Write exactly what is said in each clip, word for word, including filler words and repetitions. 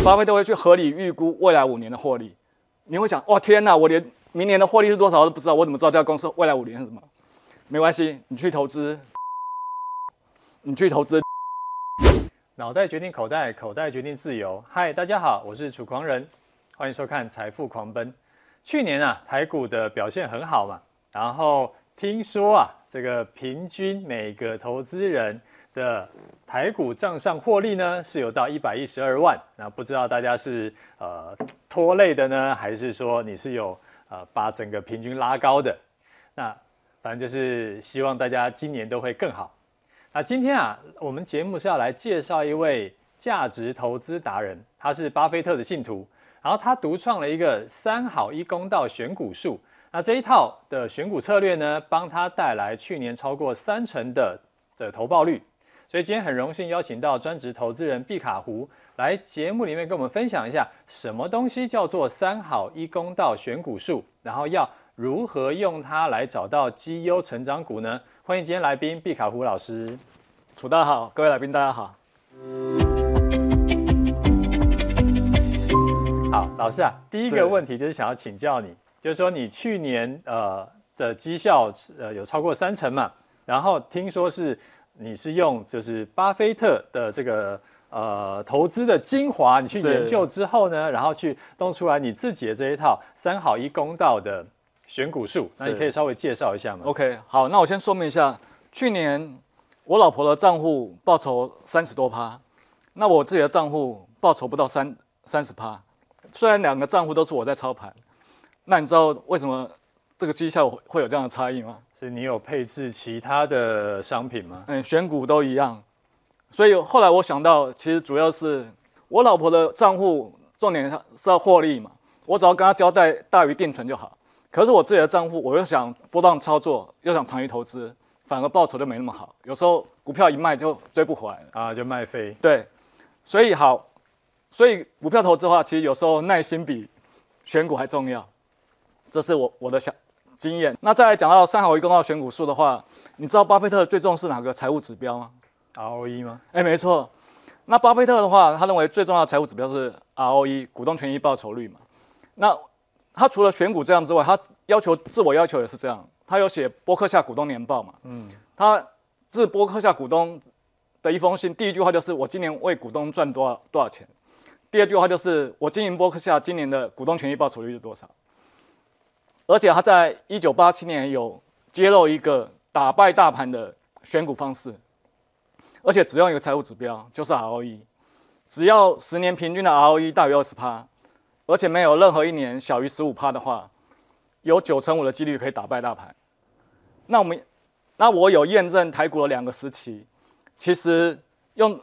巴菲特会去合理预估未来五年的获利。你会想，哇，天哪，我连明年的获利是多少都不知道，我怎么知道这家公司未来五年是什么？没关系，你去投资，你去投资。 脑袋决定口袋，口袋决定自由。嗨，大家好，我是楚狂人，欢迎收看《财富狂奔》。去年啊，台股的表现很好嘛，然后听说啊，这个平均每个投资人的台股账上获利呢是有到一百一十二万。那不知道大家是呃拖累的呢，还是说你是有呃把整个平均拉高的？那反正就是希望大家今年都会更好。那今天啊，我们节目是要来介绍一位价值投资达人，他是巴菲特的信徒，然后他独创了一个三好一公道选股术。那这一套的选股策略呢，帮他带来去年超过三成的的投报率。所以今天很荣幸邀请到专职投资人毕卡胡来节目里面跟我们分享一下，什么东西叫做三好一公道选股术，然后要如何用它来找到绩优成长股呢？欢迎今天来宾毕卡胡老师。 楚大好，各位来宾大家好。 好，老师啊，第一个问题就是想要请教你，就是说你去年呃的绩效呃有超过三成嘛，然后听说是你是用就是巴菲特的这个呃投资的精华，你去研究之后呢，然后去弄出来你自己的这一套三好一公道的选股术，那你可以稍微介绍一下吗 ？OK， 好，那我先说明一下，去年我老婆的账户报酬三十多趴，那我自己的账户报酬不到三三十趴。虽然两个账户都是我在操盘，那你知道为什么这个绩效会有这样的差异吗？ 是你有配置其他的商品吗？ 嗯，选股都一样。所以后来我想到，其实主要是我老婆的账户重点是要获利嘛，我只要跟她交代大于定存就好。可是我自己的账户，我又想波段操作，又想长期投资，反而报酬就没那么好。有时候股票一卖就追不回来了啊，就卖飞。 对，所以好，所以股票投资的话，其实有时候耐心比选股还重要。这是我我的想经验。那再来讲到三好一公道选股术的话，你知道巴菲特最重视哪个财务指标吗 ？R O E 吗？ 哎，没错。那巴菲特的话，他认为最重要的财务指标是 R O E， 股东权益报酬率嘛。那他除了选股这样之外，他要求自我要求也是这样。他有写波克夏股东年报嘛？嗯，他致波克夏股东的一封信，第一句话就是我今年为股东赚多少多少钱，第二句话就是我经营波克夏今年的股东权益报酬率是多少。而且他在一九八七年有揭露一个打败大盘的选股方式，而且只用一个财务指标，就是 R O E， 只要十年平均的 R O E 大于 百分之二十。而且没有任何一年小于 百分之十五 的话，有九成五的几率可以打败大盘。那我们，那我有验证台股的两个时期，其实用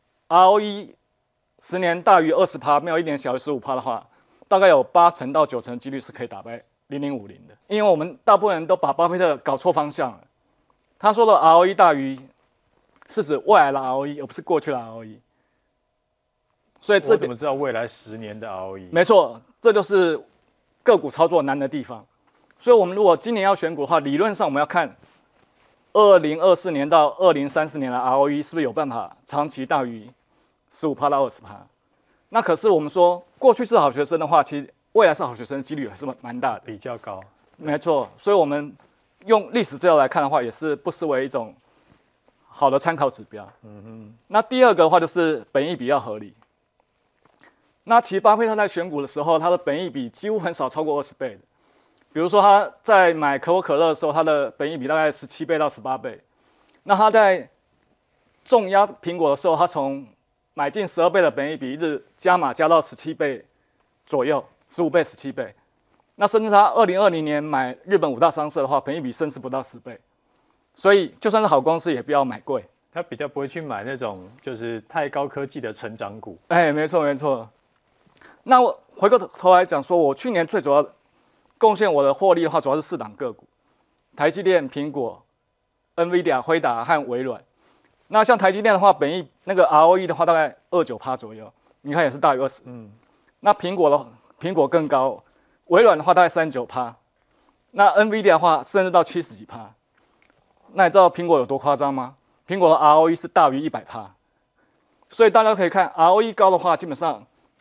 R O E 十年大于 百分之二十， 没有一年小于 百分之十五 的话，大概有八成到九成的几率是可以打败零零五零的。因为我们大部分人都把巴菲特搞错方向了。他说的 R O E 大于是指未来的 R O E， 而不是过去的 R O E。所以这我怎么知道未来十年的 R O E？ 没错，这就是个股操作难的地方。所以，我们如果今年要选股的话，理论上我们要看二零二四年到二零三四年的 R O E 是不是有办法长期大于 百分之十五 到 百分之二十。那可是我们说，过去是好学生的话，其实未来是好学生的几率还是蛮大的， 比较高。 没错，所以我们用历史资料来看的话，也是不失为一种好的参考指标。嗯哼。那第二个的话就是本益比要合理。那其实巴菲特在选股的时候，他的本益比几乎很少超过二十倍的。比如说他在买可口可乐的时候，他的本益比大概十七倍到十八倍。那他在重压苹果的时候，他从买进十二倍的本益比，一直加码加到十七倍左右，十五倍、十七倍。那甚至他二零二零年买日本五大商社的话，本益比甚至不到十倍。所以就算是好公司，也不要买贵。 他比较不会去买那种就是太高科技的成长股。 哎，没错没错。那我回过头来讲说，我去年最主要贡献我的获利的话，主要是四档个股：台积电、苹果、NVIDIA、辉达和微软。那像台积电的话，本益那个 R O E 的话，大概二十九趴左右，你看也是大于二十。嗯。那苹果的苹果更高，微软的话大概三十九趴，那 NVIDIA 的话甚至到七十几趴。那你知道苹果有多夸张吗？苹果的 R O E 是大于一百趴，所以大家可以看 R O E 高的话，基本上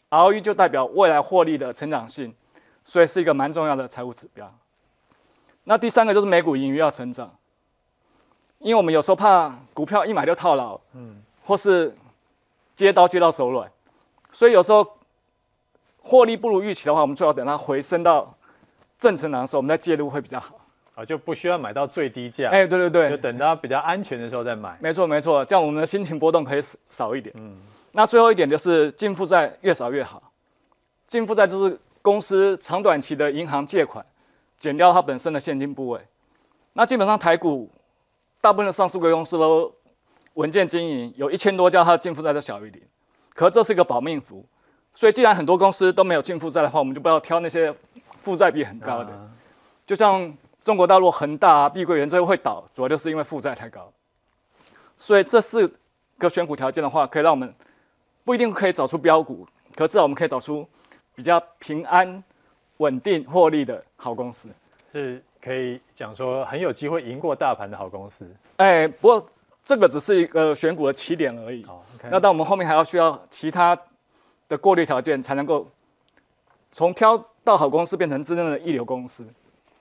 R O E 就代表未来获利的成长性，所以是一个蛮重要的财务指标。那第三个就是每股盈余要成长，因为我们有时候怕股票一买就套牢，嗯，或是接刀接到手软，所以有时候获利不如预期的话，我们最好等它回升到正成长的时候，我们再介入会比较好。 啊，就不需要买到最低价， 哎，对对对， 就等到比较安全的时候再买。 没错没错，这样我们的心情波动可以少一点。嗯，那最后一点就是净负债越少越好。净负债就是公司长短期的银行借款减掉它本身的现金部位。那基本上台股大部分的上市贵公司都稳健经营，有一千多家它的净负债都小于零。可是这是一个保命符，所以既然很多公司都没有净负债的话，我们就不要挑那些负债比很高的，啊、就像中国大陆恒大啊、碧桂园这些会倒，主要就是因为负债太高。所以这四个选股条件的话，可以让我们不一定可以找出标股，可至少我们可以找出比较平安、稳定、获利的好公司， 是可以讲说很有机会赢过大盘的好公司。 哎，不过这个只是一个选股的起点而已。 哦 okay、 那但我们后面还要需要其他的过滤条件，才能够从挑到好公司变成真正的一流公司。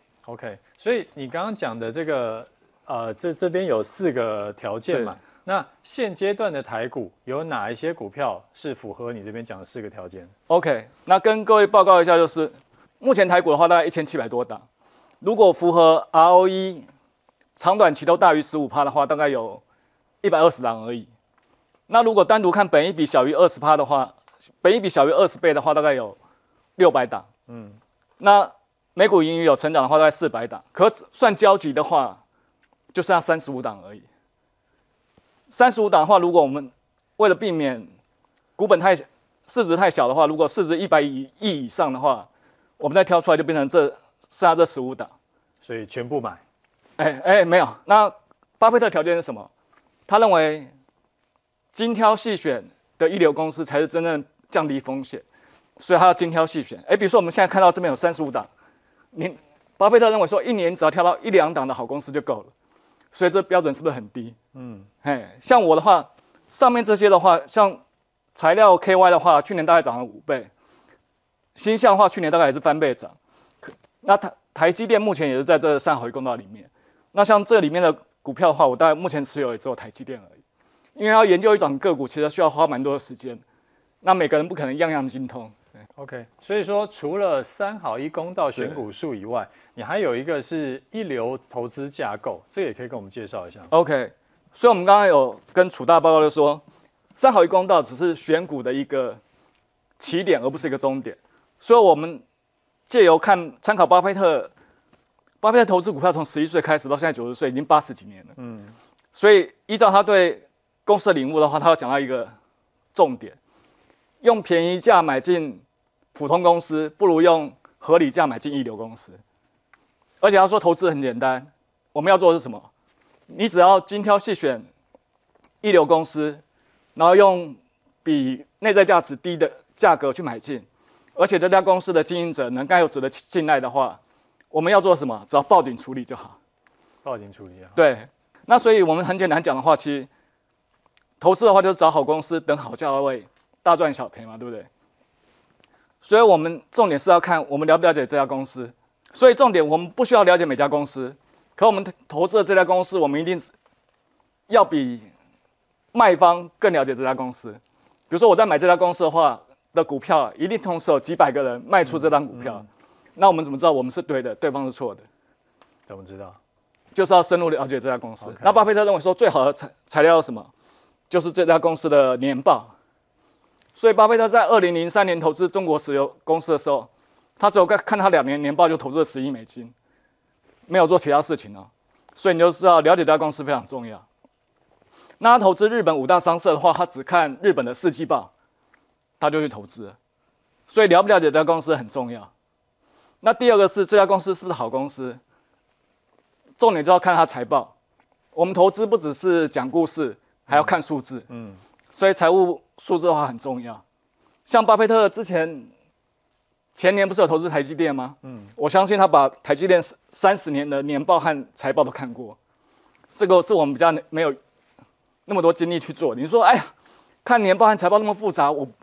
OK， 所以你刚刚讲的这个，呃，这这边有四个条件嘛？那现阶段的台股有哪一些股票是符合你这边讲的四个条件 ？OK， 那跟各位报告一下，就是目前台股的话，大概一千七百多档，如果符合 R O E 长短期都大于 百分之十五 的话，大概有一百二十档而已。那如果单独看本益比小于 百分之二十 的话，本益比小于二十倍的话，大概有六百档。嗯，那每股盈余有成长的话，大概四百档，可算交集的话，就剩下三十五档而已。三十五档的话，如果我们为了避免股本太市值太小的话，如果市值一百亿以上的话，我们再挑出来就变成这剩下这十五档， 所以全部买。 哎哎，没有。那巴菲特条件是什么？他认为精挑细选的一流公司才是真正降低风险，所以他要精挑细选。哎，比如说我们现在看到这边有三十五档。你巴菲特认为说，一年只要挑到一两档的好公司就够了，所以这标准是不是很低？嗯，嘿，像我的话，上面这些的话，像材料 K Y 的话，去年大概涨了五倍；新象的话，去年大概也是翻倍涨。那台台积电目前也是在这三好一公道里面。那像这里面的股票的话，我大概目前持有也只有台积电而已，因为要研究一种个股，其实需要花蛮多的时间。那每个人不可能样样精通。 OK， 所以说除了三好一公道选股术以外，你还有一个是一流投资架构，这个也可以跟我们介绍一下。 OK， 所以我们刚刚有跟楚大报告就说，三好一公道只是选股的一个起点，而不是一个终点。所以我们借由看参考巴菲特，巴菲特投资股票从十一岁开始到现在九十岁，已经八十几年了。嗯，所以依照他对公司的领悟的话，他要讲到一个重点。用便宜价买进普通公司，不如用合理价买进一流公司。而且他说投资很简单，我们要做的是什么？你只要精挑细选一流公司，然后用比内在价值低的价格去买进，而且这家公司的经营者能该有值得信赖的话，我们要做什么？只要报警处理就好。 报警处理啊？ 对。那所以我们很简单讲的话，其实投资的话就是找好公司，等好价位。大赚小赔嘛，对不对？所以我们重点是要看我们了不了解这家公司。所以重点我们不需要了解每家公司，可我们投资的这家公司，我们一定要比卖方更了解这家公司。比如说我在买这家公司的话的股票，一定同时有几百个人卖出这张股票，嗯嗯、那我们怎么知道我们是对的，对方是错的？ 怎么知道？ 就是要深入了解这家公司。 Okay. 那巴菲特认为说，最好的材材料是什么？就是这家公司的年报。所以巴菲特在二零零三年投资中国石油公司的时候，他只有看他两年年报就投资了十亿美金，没有做其他事情哦。所以你就知道了解这家公司非常重要。那他投资日本五大商社的话，他只看日本的四季报，他就去投资了。所以了不了解这家公司很重要。那第二个是这家公司是不是好公司，重点就要看他财报。我们投资不只是讲故事，还要看数字。嗯。所以财务数字的话很重要，像巴菲特之前前年不是有投资台积电吗？嗯，我相信他把台积电三十年的年报和财报都看过，这个是我们比较没有那么多精力去做。你说，哎呀，看年报和财报那么复杂，我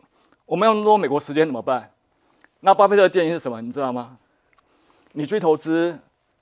我们有那么多美国时间怎么办？那巴菲特的建议是什么？你知道吗？你去投资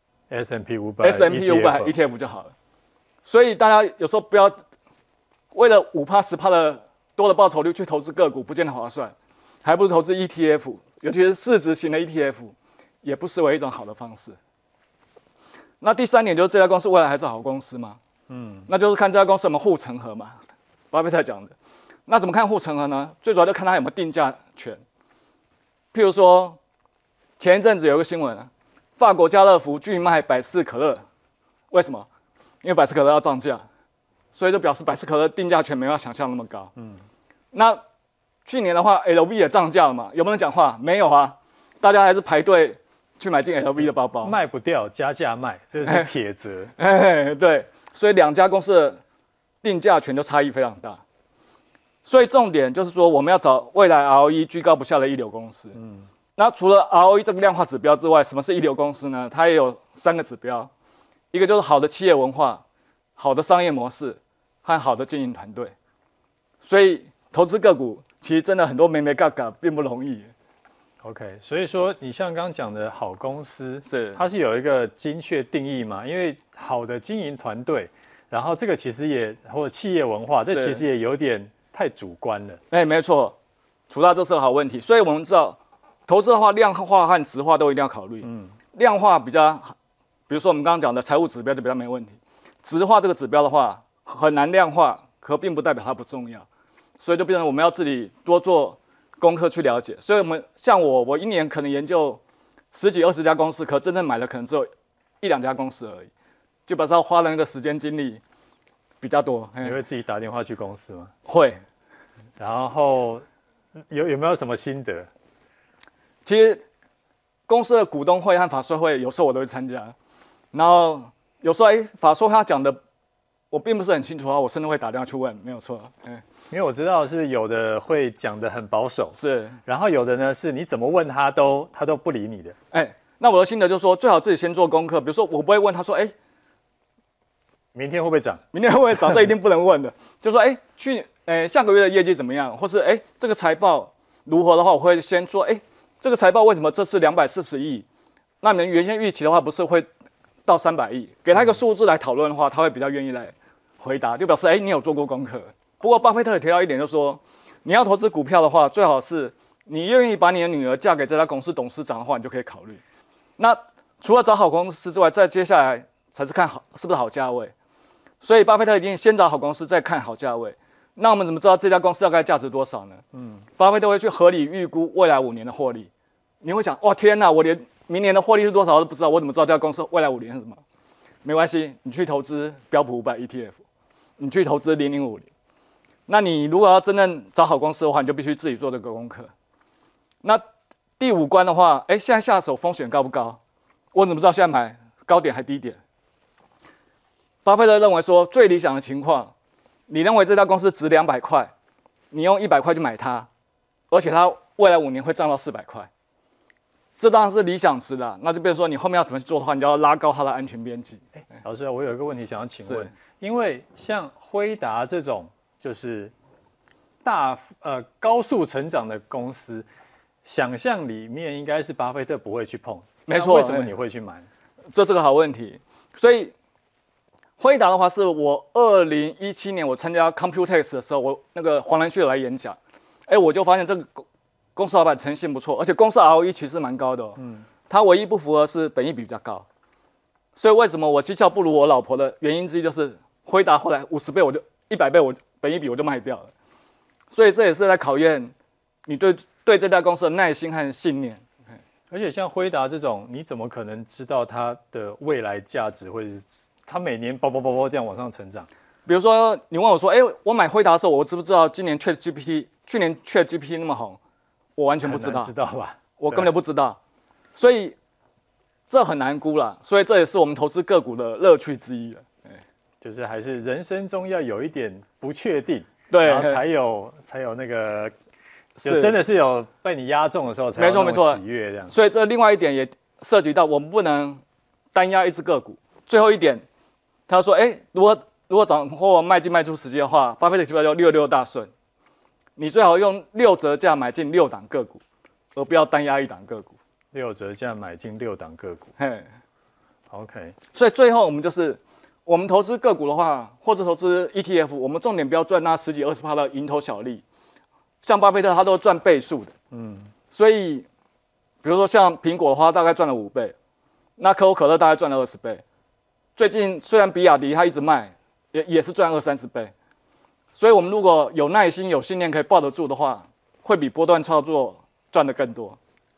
S and P 五百 S and P 五百 E T F 就好了。所以大家有时候不要为了五趴十趴的多的报酬率去投资个股，不见得划算，还不如投资 E T F， 尤其是市值型的 E T F， 也不失为一种好的方式。那第三点就是这家公司未来还是好公司吗？嗯，那就是看这家公司有没有护城河嘛，巴菲特讲的。那怎么看护城河呢？最主要就看它有没有定价权。譬如说，前一阵子有个新闻啊，法国家乐福拒卖百事可乐，为什么？因为百事可乐要涨价，所以就表示百事可乐定价权没有想象那么高。嗯，那去年的话 ，L V 也涨价了嘛，有没有人讲话？没有啊，大家还是排队去买进 L V 的包包， 卖不掉，加价卖，这是铁则。 哎，对，所以两家公司的定价权就差异非常大。所以重点就是说，我们要找未来 R O E 居高不下的一流公司。嗯，那除了 R O E 这个量化指标之外，什么是一流公司呢？它也有三个指标，一个就是好的企业文化、好的商业模式和好的经营团队。所以投资个股其实真的很多眉眉角角并不容易。 OK， 所以说你像刚刚讲的好公司， 是它是有一个精确定义嘛？因为好的经营团队，然后这个其实也或者企业文化，这其实也有点太主观了。 哎，没错，楚大这是个好问题。所以我们知道，投资的话，量化和质化都一定要考虑。嗯，量化比较，比如说我们刚刚讲的财务指标就比较没问题。质化这个指标的话，很难量化，可并不代表它不重要。所以就变成我们要自己多做功课去了解。所以我们像我，我一年可能研究十几二十家公司，可真正买的可能只有一两家公司而已，就表示要花的那个时间精力比较多。 你会自己打电话去公司吗？ 会。 然后有有没有什么心得？ 其实公司的股东会和法说会，有时候我都会参加。然后有时候哎，法说他讲的我并不是很清楚的话，我甚至会打电话去问，没有错。嗯， 因为我知道是有的会讲得很保守， 是， 然后有的呢是你怎么问他都他都不理你的。 哎，那我的心得就是说，最好自己先做功课。比如说，我不会问他说，哎， 明天会不会涨？ 明天会不会涨？这一定不能问的。就说，哎，去，哎，下个月的业绩怎么样？或是，哎，这个财报如何的话，我会先说，哎，这个财报为什么这次两百四十亿？那你们原先预期的话，不是会到三百亿？给他一个数字来讨论的话，他会比较愿意来回答，就表示，哎，你有做过功课。不过，巴菲特也提到一点，就是说，你要投资股票的话，最好是你愿意把你的女儿嫁给这家公司董事长的话，你就可以考虑。那除了找好公司之外，再接下来才是看好是不是好价位。所以，巴菲特一定先找好公司，再看好价位。那我们怎么知道这家公司大概价值多少呢？嗯，巴菲特会去合理预估未来五年的获利。你会想，哇，天哪，我连明年的获利是多少都不知道，我怎么知道这家公司未来五年是什么？没关系，你去投资标普五百 E T F， 你去投资零零五零。那你如果要真正找好公司的话，你就必须自己做这个功课。那第五关的话，哎，现在下手风险高不高？我怎么知道现在买高点还低点？巴菲特认为说，最理想的情况，你认为这家公司值两百块，你用一百块去买它，而且它未来五年会涨到四百块，这当然是理想值啦。那就变成说，你后面要怎么去做的话，你就要拉高它的安全边际。 老师，我有一个问题想要请问，因为像辉达这种就是大呃高速成长的公司，想象里面应该是巴菲特不会去碰， 没错。 为什么你会去买？ 这是个好问题。所以辉达的话，是我二零一七年我参加 Computex 的时候，我那个黄仁勋来演讲，哎，我就发现这个公公司老板诚信不错，而且公司 R O E 其实蛮高的哦。嗯，它唯一不符合是本益比比较高。所以为什么我绩效不如我老婆的原因之一，就是辉达后来五十倍我就一百倍我本益比我就卖掉了。所以这也是在考验你对对这家公司的耐心和信念。 而且像辉达这种，你怎么可能知道它的未来价值会是？它每年包包包包这样往上成长。 比如说，你问我说：“哎、欸，我买辉达的时候，我知不知道今年 ChatGPT 去年 ChatGPT 那么红？”我完全不知道， 知道吧？ 我根本就不知道，所以这很难估啦。所以这也是我们投资个股的乐趣之一了。 就是还是人生中要有一点不确定， 对， 然后才有才有那个，就真的是有被你压中的时候才有那种喜悦这样。 所以这另外一点也涉及到，我们不能单压一只个股。最后一点。他说：“哎，如果如果掌握卖进卖出时机的话，巴菲特提出来叫六六大顺。 你最好用六折价买进六档个股，而不要单压一档个股。 六折价买进六档个股。 嘿 ，OK。 所以最后我们就是，我们投资个股的话，或者投资 E T F， 我们重点不要赚那十几二十趴的蝇头小利。像巴菲特他都赚倍数的，嗯，所以比如说像苹果的话，大概赚了五倍，那可口可乐大概赚了二十倍。最近虽然比亚迪它一直卖，也也是赚二三十倍。所以我们如果有耐心、有信念，可以抱得住的话，会比波段操作赚得更多。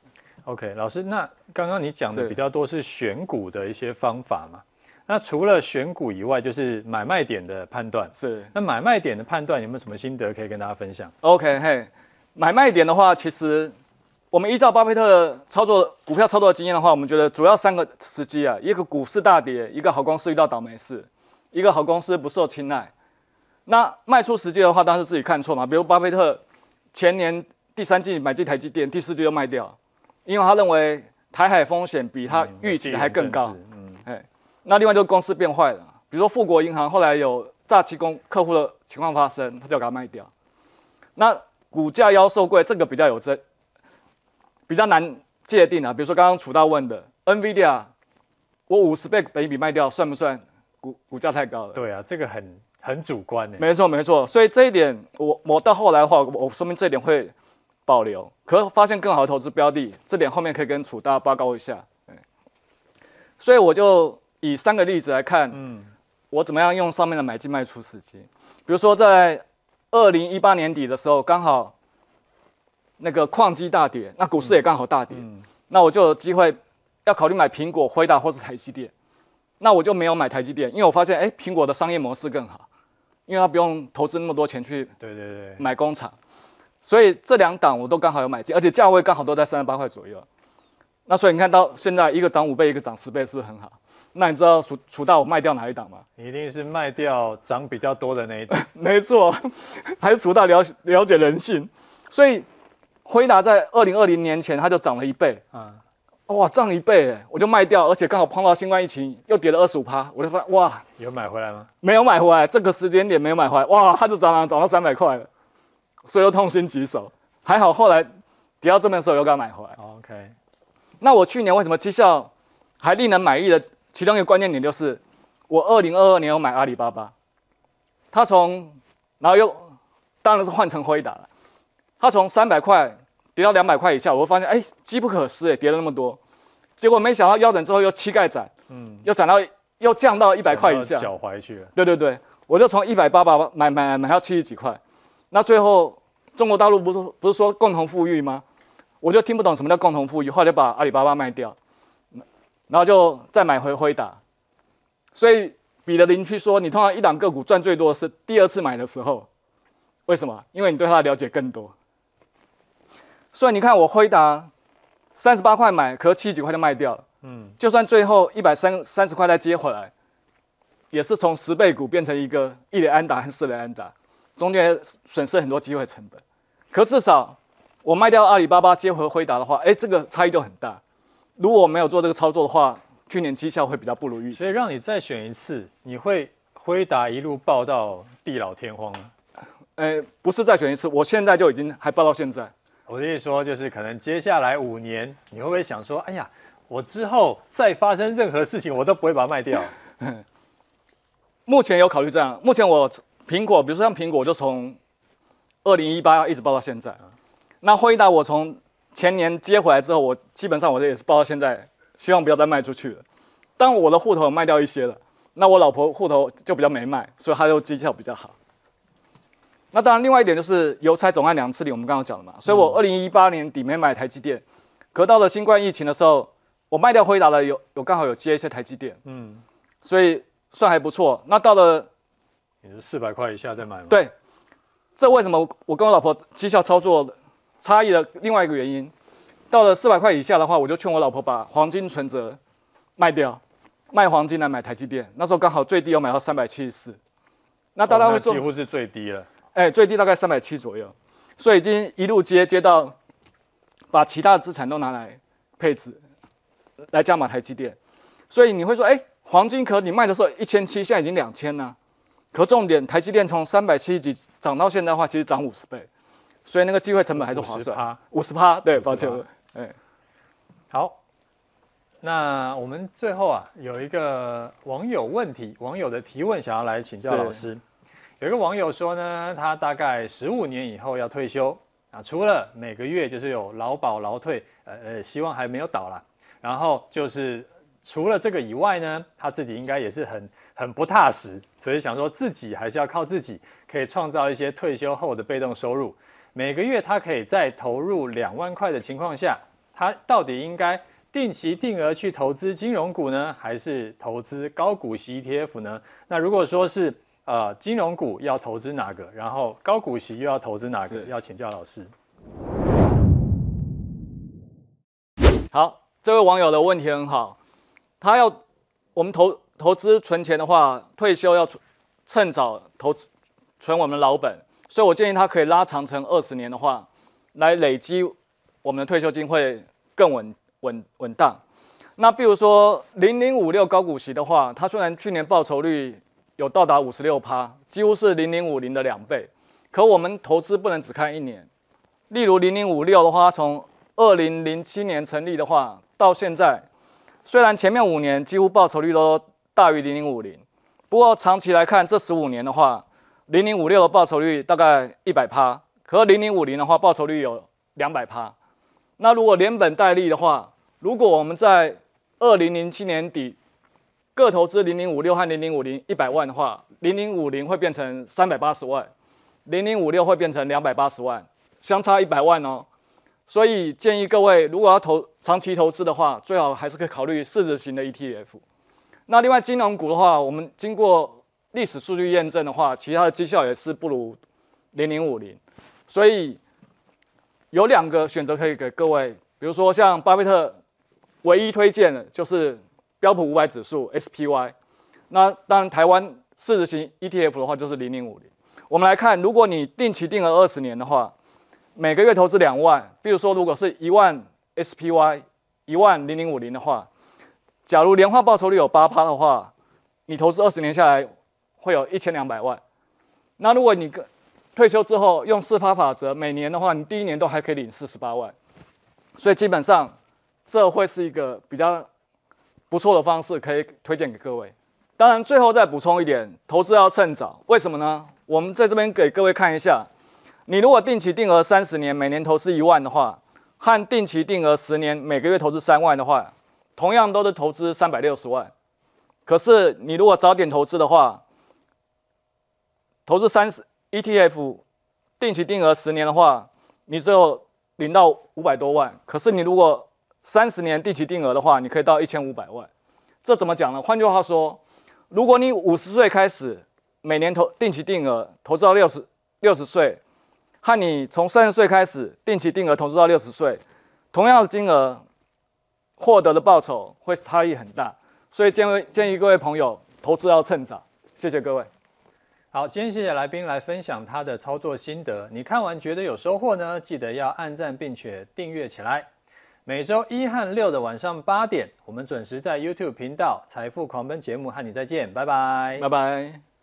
OK， 老师，那刚刚你讲的比较多是选股的一些方法嘛？那除了选股以外，就是买卖点的判断。 是。 那买卖点的判断有没有什么心得可以跟大家分享 ？OK， 嘿，买卖点的话，其实我们依照巴菲特操作股票操作的经验的话，我们觉得主要三个时机啊，一个股市大跌，一个好公司遇到倒霉事，一个好公司不受青睐。那卖出时机的话，当然是自己看错嘛。比如巴菲特前年第三季买进台积电，第四季就卖掉，因为他认为台海风险比他预期还更高。嗯，哎，那另外就是公司变坏了，比如说富国银行后来有诈欺公客户的情况发生，他就给他卖掉。那股价妖受贵，这个比较有争，比较难界定啊。比如说刚刚楚大问的 ，NVIDIA， 我五十倍本益比卖掉，算不算股股价太高了？ 对啊，这个很。很主观的， 没错没错，所以这一点我我到后来的话，我说明这一点会保留，可是发现更好的投资标的，这点后面可以跟楚大报告一下。所以我就以三个例子来看，嗯，我怎么样用上面的买进卖出时机。比如说在二零一八年底的时候，刚好那个矿机大跌，那股市也刚好大跌，嗯、那我就有机会要考虑买苹果、辉达或是台积电，那我就没有买台积电，因为我发现哎，苹果的商业模式更好。因为他不用投资那么多钱去对对对买工厂，所以这两档我都刚好有买进，而且价位刚好都在三十八块左右。那所以你看到现在一个涨五倍，一个涨十倍，是不是很好？那你知道楚楚大我卖掉哪一档吗？ 一定是卖掉涨比较多的那一档。 没错，还是楚大了了解人性。所以辉达在二零二零年前它就涨了一倍啊。哇，涨一倍，我就卖掉，而且刚好碰到新冠疫情，又跌了二十五趴，我就发现哇， 有买回来吗？ 没有买回来，这个时间点没有买回来，哇，它就涨涨涨到三百块了，所以又痛心疾首。还好后来跌到这边的时候又给它买回来。 OK， 那我去年为什么绩效还令人满意的？其中一个关键点就是，我二零二二年有买阿里巴巴，它从然后又当然是换成辉达了，它从三百块。跌到两百块以下，我会发现，哎，机不可失，哎，跌了那么多，结果没想到腰斩之后又膝盖斩，嗯，又涨到又降到一百块以下， 脚踝去了。 对对对，我就从一百八把买买买到七十几块，那最后中国大陆不是不是说共同富裕吗？我就听不懂什么叫共同富裕，后来就把阿里巴巴卖掉，然后就再买回辉达，所以彼得林区说，你通常一档个股赚最多的是第二次买的时候，为什么？因为你对它的了解更多。所以你看，我辉达三十八块买，可是七十几块就卖掉了。嗯，就算最后一百三三十块再接回来，也是从十倍股变成一个一雷安达和四雷安达，中间损失很多机会成本。可至少我卖掉阿里巴巴接回辉达的话，哎，这个差异就很大。如果我没有做这个操作的话，去年绩效会比较不如预期。 所以让你再选一次，你会辉达一路报到地老天荒吗？ 呃，不是再选一次，我现在就已经还报到现在。 我的意思说，就是可能接下来五年，你会不会想说，哎呀，我之后再发生任何事情，我都不会把它卖掉？ 目前有考虑这样。目前我苹果，比如说像苹果，我就从二零一八一直报到现在。那辉达我从前年接回来之后，我基本上我这也是报到现在，希望不要再卖出去了。当我的户头有卖掉一些了，那我老婆户头就比较没卖，所以它就绩效比较好。那当然，另外一点就是邮差总按两次领，我们刚刚讲了嘛，所以我二零一八年底没买台积电，可到了新冠疫情的时候，我卖掉辉达了，有有刚好有接一些台积电，嗯，所以算还不错。那到了， 你是四百块以下再买吗？ 对，这为什么我跟我老婆绩效操作差异的另外一个原因，到了四百块以下的话，我就劝我老婆把黄金存折卖掉，卖黄金来买台积电。那时候刚好最低有买到三百七十四，那大家会做、 哦、几乎是最低了。 哎，最低大概三百七左右，所以已经一路接接到，把其他的资产都拿来配置，来加码台积电。所以你会说，哎，黄金可你卖的时候一千七，现在已经两千了。可重点，台积电从三百七十几涨到现在的话，其实涨五十倍。 所以那个机会成本还是划算。五十趴，对，抱歉，哎， 好。那我们最后啊，有一个网友问题，网友的提问想要来请教老师。有一个网友说呢，他大概十五年以后要退休啊，除了每个月就是有劳保劳退，呃呃，希望还没有倒啦。然后就是除了这个以外呢，他自己应该也是很很不踏实，所以想说自己还是要靠自己，可以创造一些退休后的被动收入。每个月他可以在投入两万块的情况下，他到底应该定期定额去投资金融股呢，还是投资高股息 E T F 呢？那如果说是呃金融股要投资哪个，然后高股息又要投资哪个？要请教老师。 好，这位网友的问题很好，他要我们投投资存钱的话，退休要趁早投资存我们的老本，所以我建议他可以拉长成二十年的话，来累积我们的退休金会更稳。稳稳当，那比如说零零五六高股息的话，它虽然去年报酬率有到达五十六趴，几乎是零零五零的两倍，可我们投资不能只看一年。例如零零五六的话，从二零零七年成立的话，到现在，虽然前面五年几乎报酬率都大于零零五零，不过长期来看，这十五年的话，零零五六的报酬率大概一百趴，可零零五零的话，报酬率有两百趴。那如果连本带利的话，如果我们在二零零七年底各投资零零五六和零零五零一百万的话，零零五零会变成三百八十万，零零五六会变成两百八十万，相差一百万哦。所以建议各位，如果要投长期投资的话，最好还是可以考虑市值型的 E T F。那另外金融股的话，我们经过历史数据验证的话，其他的绩效也是不如零零五零，所以有两个选择可以给各位，比如说像巴菲特。唯一推荐的就是标普五百指数 S P Y， 那当然台湾市值型 E T F 的话就是零零五零。我们来看，如果你定期定额二十年的话，每个月投资两万，比如说如果是一万 S P Y， 一万零零五零的话，假如年化报酬率有八趴的话，你投资二十年下来会有一千两百万。那如果你退休之后用四趴法则，每年的话，你第一年都还可以领四十八万，所以基本上。这会是一个比较不错的方式，可以推荐给各位。当然，最后再补充一点，投资要趁早。为什么呢？我们在这边给各位看一下，你如果定期定额三十年，每年投资一万的话，和定期定额十年，每个月投资三万的话，同样都是投资三百六十万。可是你如果早点投资的话，投资三十 E T F， 定期定额十年的话，你只有领到五百多万。可是你如果三十年定期定额的话，你可以到一千五百万。这怎么讲呢？换句话说，如果你五十岁开始每年投定期定额投资到六十六十岁，和你从三十岁开始定期定额投资到六十岁，同样的金额获得的报酬会差异很大。所以建议建议各位朋友投资要趁早。谢谢各位。 好，今天谢谢来宾来分享他的操作心得。你看完觉得有收获呢，记得要按赞并且订阅起来。每周一和六的晚上八点，我们准时在 YouTube 频道《财富狂奔》节目和你再见，拜拜， 拜拜。